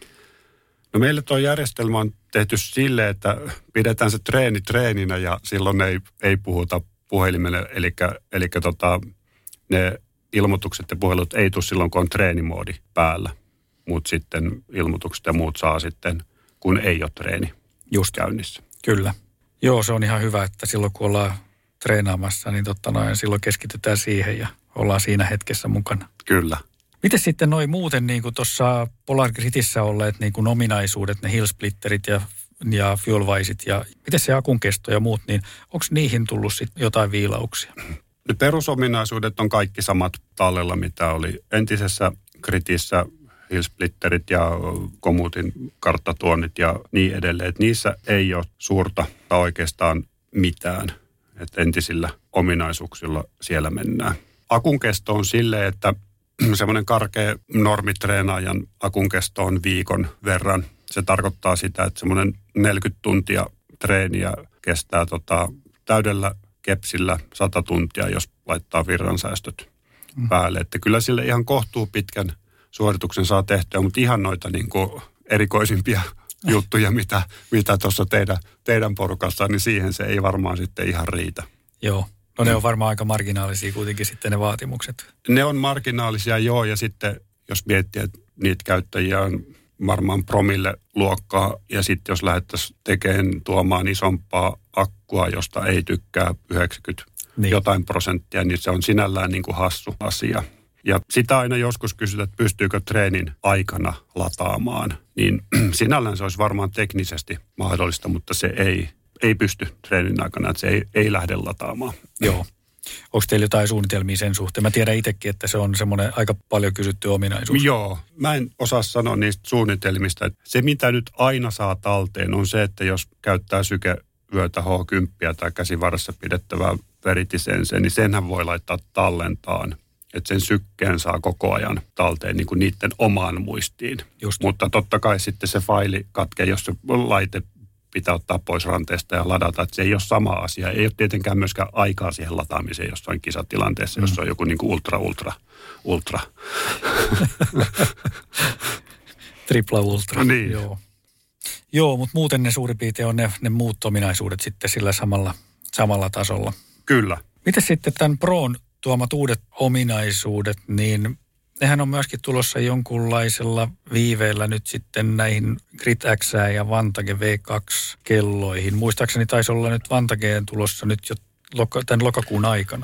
Speaker 3: No meille tuo järjestelmä on tehty sille, että pidetään se treeni treeninä ja silloin ei, ei puhuta puhelimelle, eli, eli tota, ne ilmoitukset ja puhelut ei tule silloin, kun on treenimoodi päällä, mutta sitten ilmoitukset ja muut saa sitten, kun ei ole treeni just käynnissä.
Speaker 2: Kyllä. Joo, se on ihan hyvä, että silloin kun ollaan treenaamassa, niin totta noin, silloin keskitytään siihen ja ollaan siinä hetkessä mukana.
Speaker 3: Kyllä.
Speaker 2: Miten sitten noi muuten niin kuin tuossa Polar Gritissä olleet niin kuin ominaisuudet, ne hillsplitterit ja, ja FuelWiseit ja miten se akun kesto ja muut, niin onko niihin tullut sitten jotain viilauksia?
Speaker 3: Ne perusominaisuudet on kaikki samat tallella, mitä oli entisessä Gritissä, hillsplitterit ja komuutin karttatuonnit ja niin edelleen. Et niissä ei ole suurta tai oikeastaan mitään. Et entisillä ominaisuuksilla siellä mennään. Akun kesto on silleen, että semmoinen karkea normitreenaajan akun kesto on viikon verran. Se tarkoittaa sitä, että semmoinen neljäkymmentä tuntia treeniä kestää tota, täydellä kepsillä sata tuntia, jos laittaa virransäästöt mm. päälle. Että kyllä sille ihan kohtuu pitkän suorituksen saa tehtyä, mutta ihan noita niin kuin erikoisimpia juttuja, mitä, mitä tuossa teidän, teidän porukassa, niin siihen se ei varmaan sitten ihan riitä.
Speaker 2: Joo. No ne on varmaan aika marginaalisia kuitenkin sitten ne vaatimukset.
Speaker 3: Ne on marginaalisia, joo, ja sitten jos miettii, että niitä käyttäjiä on varmaan promille luokkaa, ja sitten jos lähdettäisiin tekemään tuomaan isompaa akkua, josta ei tykkää yhdeksänkymmentä niin. jotain prosenttia, niin se on sinällään niin kuin hassu asia. Ja sitä aina joskus kysytään, että pystyykö treenin aikana lataamaan, niin sinällään se olisi varmaan teknisesti mahdollista, mutta se ei, ei pysty treenin aikana, että se ei, ei lähde lataamaan.
Speaker 2: Joo. Onko teillä jotain suunnitelmia sen suhteen? Mä tiedän itsekin, että se on semmoinen aika paljon kysytty ominaisuus.
Speaker 3: Joo, mä en osaa sanoa niistä suunnitelmista. Se, mitä nyt aina saa talteen, on se, että jos käyttää sykevyötä H kymmenen tai käsivarressa pidettävää veritisensee, niin senhän voi laittaa tallentaan. Että sen sykkeen saa koko ajan talteen niin kuin niiden omaan muistiin.
Speaker 2: Just.
Speaker 3: Mutta totta kai sitten se faili katkee, jos se laite pitää ottaa pois ranteesta ja ladata. Että se ei ole sama asia. Ei ole tietenkään myöskään aikaa siihen lataamiseen jossain kisatilanteessa, mm. jos on joku niin kuin ultra, ultra, ultra.
Speaker 2: Tripla ultra.
Speaker 3: Niin.
Speaker 2: Joo, Joo mutta muuten ne suurin piirtein on ne, ne muut ominaisuudet sitten sillä samalla, samalla tasolla.
Speaker 3: Kyllä.
Speaker 2: Miten sitten tämän Proon tuomat uudet ominaisuudet, niin nehän on myöskin tulossa jonkunlaisella viiveellä nyt sitten näihin Grit X ja Vantage V kaksi kelloihin. Muistaakseni taisi olla nyt Vantageen tulossa nyt jo loka, tämän lokakuun aikana.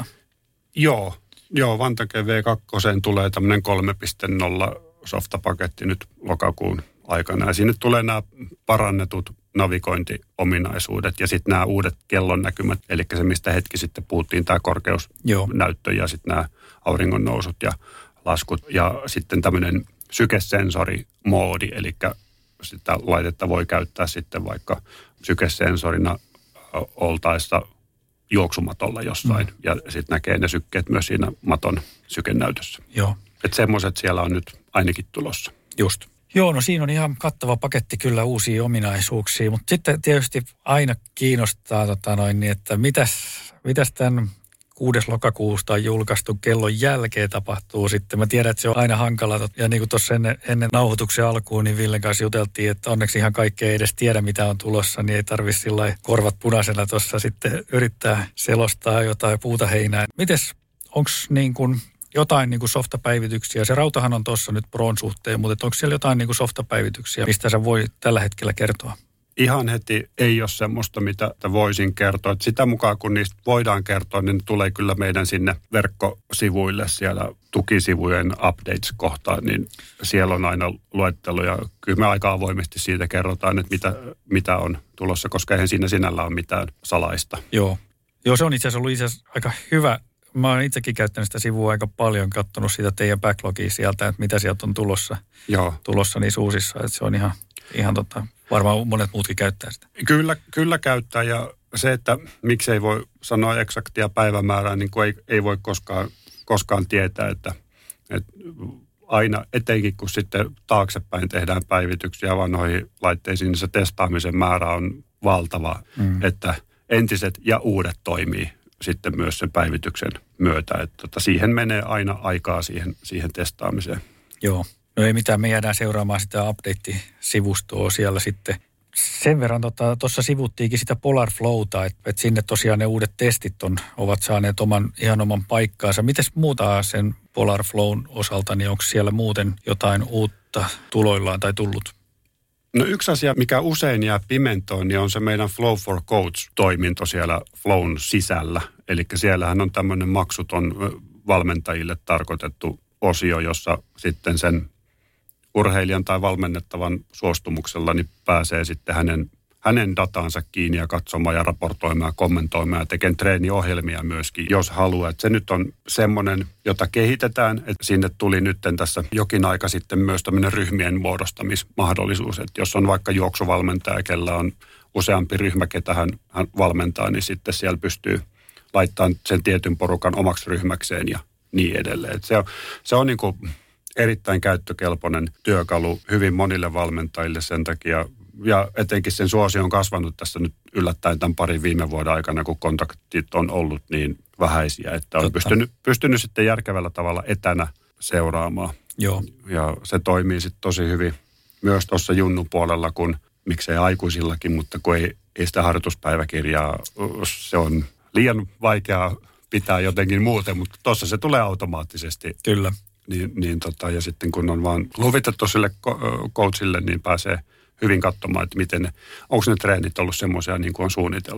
Speaker 3: Joo, joo Vantage V kaksi tulee tämmöinen kolme piste nolla softapaketti nyt lokakuun aikana. Ja sinne tulee nämä parannetut navigointiominaisuudet ja sitten nämä uudet kellonnäkymät, eli se mistä hetki sitten puhuttiin, tämä korkeusnäyttö ja sitten nämä auringon nousut ja laskut ja sitten tämmöinen sykesensorimoodi, eli sitä laitetta voi käyttää sitten vaikka sykesensorina oltaessa juoksumatolla jossain mm. ja sitten näkee ne sykkeet myös siinä maton sykenäytössä.
Speaker 2: Joo.
Speaker 3: Että semmoiset siellä on nyt ainakin tulossa.
Speaker 2: Just. Joo, no siinä on ihan kattava paketti kyllä uusia ominaisuuksia, mutta sitten tietysti aina kiinnostaa, tota noin, niin että mitäs, mitäs tämän kuudes lokakuusta on julkaistu kellon jälkeen tapahtuu sitten. Mä tiedän, että se on aina hankala, ja niin kuin tuossa ennen, ennen nauhoituksen alkuun, niin Villen kanssa juteltiin, että onneksi ihan kaikkea ei edes tiedä, mitä on tulossa, niin ei tarvitse sillä korvat punaisena tuossa sitten yrittää selostaa jotain puuta heinää. Mites, onko niin kuin jotain niin kuin softapäivityksiä? Se rautahan on tuossa nyt Proon suhteen, mutta onko siellä jotain niin kuin softapäivityksiä, mistä sä voi tällä hetkellä kertoa?
Speaker 3: Ihan heti ei ole semmoista, mitä voisin kertoa. Että sitä mukaan, kun niistä voidaan kertoa, niin tulee kyllä meidän sinne verkkosivuille siellä tukisivujen updates-kohtaan, niin siellä on aina luettelo. Ja kyllä me aika avoimesti siitä kerrotaan, että mitä, mitä on tulossa, koska eihän siinä sinällä ole mitään salaista.
Speaker 2: Joo. Joo, se on itse asiassa ollut itse asiassa aika hyvä. Mä oon itsekin käyttänyt sitä sivua aika paljon, katsonut sitä teidän backlogia sieltä, että mitä sieltä on tulossa,
Speaker 3: Joo.
Speaker 2: tulossa niissä uusissa. Että se on ihan, ihan tota, varmaan monet muutkin käyttää sitä.
Speaker 3: Kyllä, kyllä käyttää ja se, että miksei voi sanoa eksaktia päivämäärää, niin kuin ei, ei voi koskaan, koskaan tietää, että, että aina etenkin kun sitten taaksepäin tehdään päivityksiä vanhoihin laitteisiin, niin se testaamisen määrä on valtava, mm. että entiset ja uudet toimii sitten myös sen päivityksen myötä. Että tota, siihen menee aina aikaa siihen, siihen testaamiseen.
Speaker 2: Joo. No ei mitään, me jäädään seuraamaan sitä update-sivustoa siellä sitten. Sen verran tuossa tota, sivuttiinkin sitä Polar Flowta, että, että sinne tosiaan ne uudet testit on, ovat saaneet oman, ihan oman paikkaansa. Mites muuta sen Polar Flown osalta, niin onko siellä muuten jotain uutta tuloillaan tai tullut?
Speaker 3: No yksi asia, mikä usein jää pimentoon, niin on se meidän Flow for Coach-toiminto siellä Flown sisällä. Eli siellähän on tämmöinen maksuton valmentajille tarkoitettu osio, jossa sitten sen urheilijan tai valmennettavan suostumuksella niin pääsee sitten hänen, hänen datansa kiinni ja katsomaan ja raportoimaan ja kommentoimaan ja tekemään treeniohjelmia myöskin, jos haluaa. Että se nyt on semmoinen, jota kehitetään, että sinne tuli nyt tässä jokin aika sitten myös tämmöinen ryhmien muodostamismahdollisuus, että jos on vaikka juoksuvalmentaja, kellä on useampi ryhmä, ketä hän, hän valmentaa, niin sitten siellä pystyy laittamaan sen tietyn porukan omaksi ryhmäkseen ja niin edelleen. Että se on, se on niin kuin erittäin käyttökelpoinen työkalu hyvin monille valmentajille sen takia, ja etenkin sen suosio on kasvanut tässä nyt yllättäen tämän parin viime vuoden aikana, kun kontaktit on ollut niin vähäisiä, että on pystynyt, pystynyt sitten järkevällä tavalla etänä seuraamaan.
Speaker 2: Joo.
Speaker 3: Ja se toimii sitten tosi hyvin myös tuossa Junnun puolella, kun miksei aikuisillakin, mutta kun ei, ei sitä harjoituspäiväkirjaa, se on liian vaikeaa pitää jotenkin muuten, mutta tuossa se tulee automaattisesti.
Speaker 2: Kyllä.
Speaker 3: Niin, niin tota, ja sitten kun on vaan luvitettu sille coachille, niin pääsee hyvin katsomaan, että miten ne, onko ne treenit ollut semmoisia niin kuin on suunniteltu.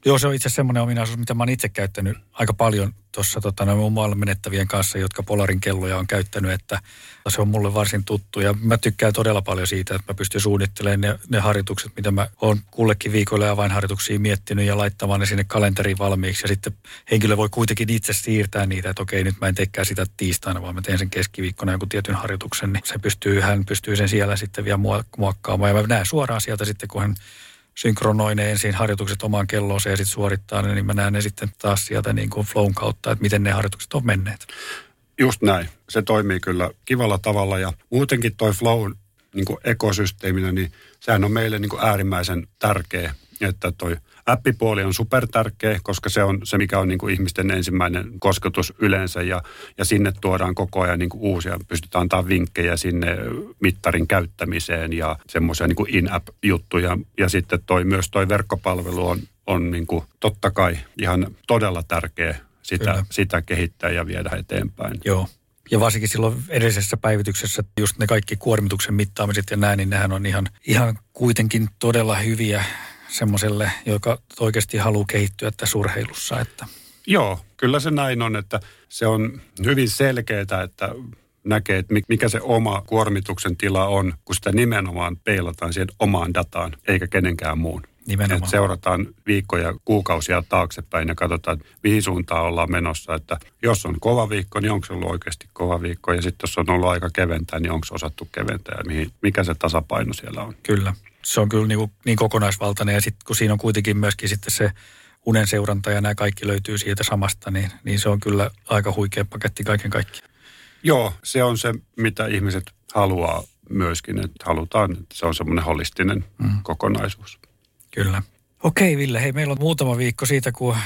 Speaker 2: Joo, se on itse asiassa semmoinen ominaisuus, mitä mä oon itse käyttänyt aika paljon tuossa tota, mun maailma menettävien kanssa, jotka Polarin kelloja on käyttänyt, että se on mulle varsin tuttu. Ja mä tykkään todella paljon siitä, että mä pystyn suunnittelemaan ne, ne harjoitukset, mitä mä oon kullekin viikolle avainharjoituksia miettinyt ja laittamaan ne sinne kalenteriin valmiiksi. Ja sitten henkilö voi kuitenkin itse siirtää niitä, että okei, nyt mä en teekään sitä tiistaina, vaan mä teen sen keskiviikkona jonkun tietyn harjoituksen, niin se pystyy, hän pystyy sen siellä sitten vielä muokkaamaan. Ja mä näen suoraan sieltä sitten, kun hän synkronoi ne ensin harjoitukset omaan kelloonsa ja sitten suorittaa ne, niin mä näen ne sitten taas sieltä niin kuin flown kautta, että miten ne harjoitukset on menneet.
Speaker 3: Just näin. Se toimii kyllä kivalla tavalla ja muutenkin toi flow niin kuin ekosysteeminä, niin sehän on meille niin kuin äärimmäisen tärkeä, että toi appipuoli on supertärkeä, koska se on se, mikä on niin kuin ihmisten ensimmäinen kosketus yleensä ja, ja sinne tuodaan koko ajan niin kuin uusia, pystytään antaa vinkkejä sinne mittarin käyttämiseen ja semmoisia niin kuin in-app-juttuja. Ja sitten toi, myös toi verkkopalvelu on, on niin kuin totta kai ihan todella tärkeä sitä, sitä kehittää ja viedä eteenpäin.
Speaker 2: Joo. Ja varsinkin silloin edellisessä päivityksessä just ne kaikki kuormituksen mittaamiset ja näin, niin nehän on ihan, ihan kuitenkin todella hyviä semmoiselle, joka oikeasti haluaa kehittyä tässä urheilussa. Että.
Speaker 3: Joo, kyllä se näin on, että se on hyvin selkeää, että näkee, että mikä se oma kuormituksen tila on, kun sitä nimenomaan peilataan siihen omaan dataan, eikä kenenkään muun.
Speaker 2: Nimenomaan.
Speaker 3: Että seurataan viikkoja, kuukausia taaksepäin ja katsotaan, mihin suuntaan ollaan menossa. Että jos on kova viikko, niin onko se ollut oikeasti kova viikko? Ja sitten jos on ollut aika keventää, niin onko osattu keventää ja mihin, mikä se tasapaino siellä on?
Speaker 2: Kyllä. Se on kyllä niin, kuin niin kokonaisvaltainen ja sitten kun siinä on kuitenkin myöskin sitten se unen seuranta ja nämä kaikki löytyy siitä samasta, niin, niin se on kyllä aika huikea paketti kaiken kaikkiaan.
Speaker 3: Joo, se on se, mitä ihmiset haluaa myöskin, että halutaan, että se on semmoinen holistinen mm. kokonaisuus.
Speaker 2: Kyllä. Okei Ville, hei meillä on muutama viikko siitä, kun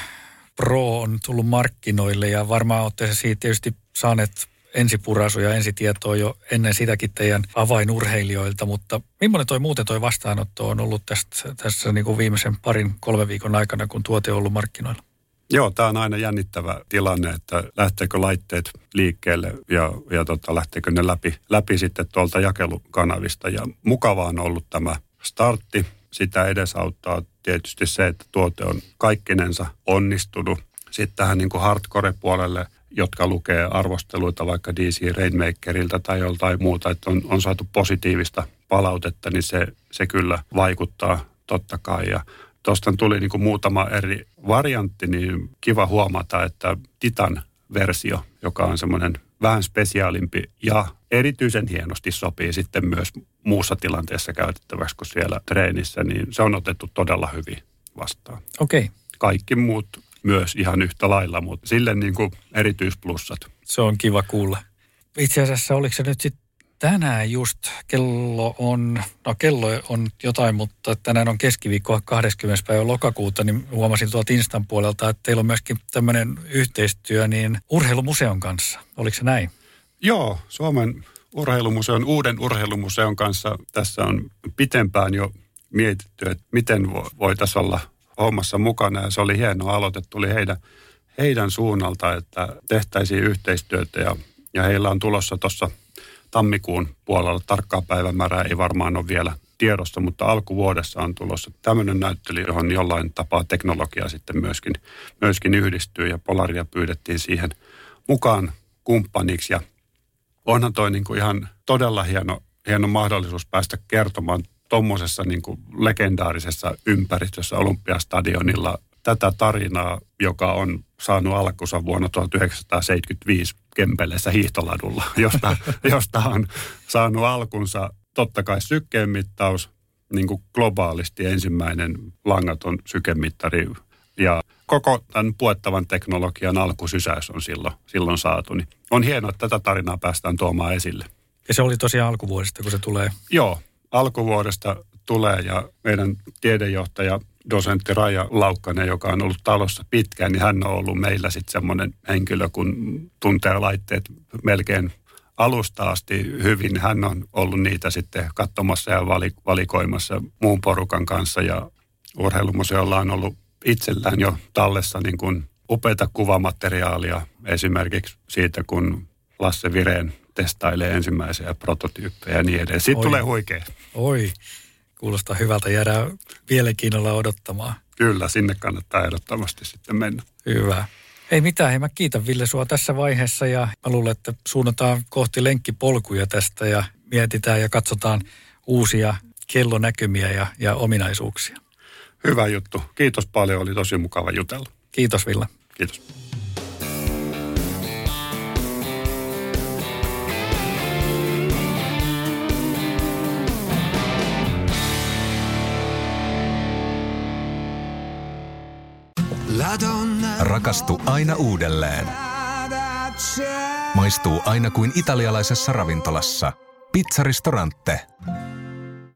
Speaker 2: Pro on tullut markkinoille ja varmaan olette se siitä tietysti saaneet ensipurasuja ja ensitietoa jo ennen sitäkin teidän avainurheilijoilta, mutta millainen toi muuten toi vastaanotto on ollut tästä, tässä niin kuin viimeisen parin, kolmen viikon aikana, kun tuote on ollut markkinoilla?
Speaker 3: Joo, tämä on aina jännittävä tilanne, että lähteekö laitteet liikkeelle ja, ja tota, lähteekö ne läpi, läpi sitten tuolta jakelukanavista. Ja mukavaa on ollut tämä startti. Sitä edesauttaa tietysti se, että tuote on kaikkinensa onnistunut. Sitten tähän niin kuin hardcore-puolelle, jotka lukee arvosteluita vaikka D C Rainmakerilta tai joltain muuta, että on, on saatu positiivista palautetta, niin se, se kyllä vaikuttaa totta kai. Ja tuosta tuli niin kuin muutama eri variantti, niin kiva huomata, että Titan-versio, joka on semmoinen vähän spesiaalimpi ja erityisen hienosti sopii sitten myös muussa tilanteessa käytettäväksi kuin siellä treenissä, niin se on otettu todella hyvin vastaan.
Speaker 2: Okei. Okay.
Speaker 3: Kaikki muut myös ihan yhtä lailla, mutta sille niin kuin erityisplussat.
Speaker 2: Se on kiva kuulla. Itse asiassa oliko se nyt sitten tänään just, kello on, no kello on jotain, mutta tänään on keskiviikko kahdeskymmenes päivä lokakuuta, niin huomasin tuolta Instan puolelta, että teillä on myöskin tämmöinen yhteistyö niin urheilumuseon kanssa. Oliko se näin?
Speaker 3: Joo, Suomen urheilumuseon, uuden urheilumuseon kanssa tässä on pitempään jo mietitty, että miten voitaisiin olla hommassa mukana. Ja se oli hieno aloite, tuli heidän, heidän suunnalta, että tehtäisiin yhteistyötä ja, ja heillä on tulossa tuossa tammikuun puolella, tarkkaa päivämäärää ei varmaan ole vielä tiedossa, mutta alkuvuodessa on tulossa tämmöinen näyttely, johon jollain tapaa teknologia sitten myöskin, myöskin yhdistyy ja Polaria pyydettiin siihen mukaan kumppaniksi ja onhan toi niin kuin ihan todella hieno, hieno mahdollisuus päästä kertomaan tuommoisessa niin kuin legendaarisessa ympäristössä Olympiastadionilla tätä tarinaa, joka on saanut alkunsa vuonna tuhatyhdeksänsataaseitsemänkymmentäviisi Kempeleessä hiihtoladulla, josta, josta on saanut alkunsa totta kai sykkeenmittaus, niin kuin globaalisti ensimmäinen langaton sykemittari ja koko tämän puettavan teknologian alkusysäys on silloin, silloin saatu. Niin on hienoa, että tätä tarinaa päästään tuomaan esille.
Speaker 2: Ja se oli tosiaan alkuvuodesta, kun se tulee?
Speaker 3: Joo, alkuvuodesta tulee ja meidän tiedejohtaja, dosentti Raija Laukkanen, joka on ollut talossa pitkään, niin hän on ollut meillä sitten semmoinen henkilö, kun tuntee laitteet melkein alusta asti hyvin. Hän on ollut niitä sitten katsomassa ja valikoimassa muun porukan kanssa ja urheilumuseolla on ollut itsellään jo tallessa niin kuin upeata kuvamateriaalia esimerkiksi siitä, kun Lasse Vireen testailee ensimmäisiä prototyyppejä ja niin edelleen. Siitä Oi. tulee huikea.
Speaker 2: Oi, kuulostaa hyvältä. Jäädään mielenkiinnolla odottamaan.
Speaker 3: Kyllä, sinne kannattaa ehdottomasti sitten mennä.
Speaker 2: Hyvä. Ei mitään, hei mä kiitän Ville sua tässä vaiheessa ja mä luulen, että suunnataan kohti lenkkipolkuja tästä ja mietitään ja katsotaan uusia kellonäkymiä ja, ja ominaisuuksia.
Speaker 3: Hyvä juttu. Kiitos paljon, oli tosi mukava jutella.
Speaker 2: Kiitos Ville.
Speaker 3: Kiitos.
Speaker 1: Rakastu aina uudelleen. Maistuu aina kuin italialaisessa ravintolassa. Pizzaristorante.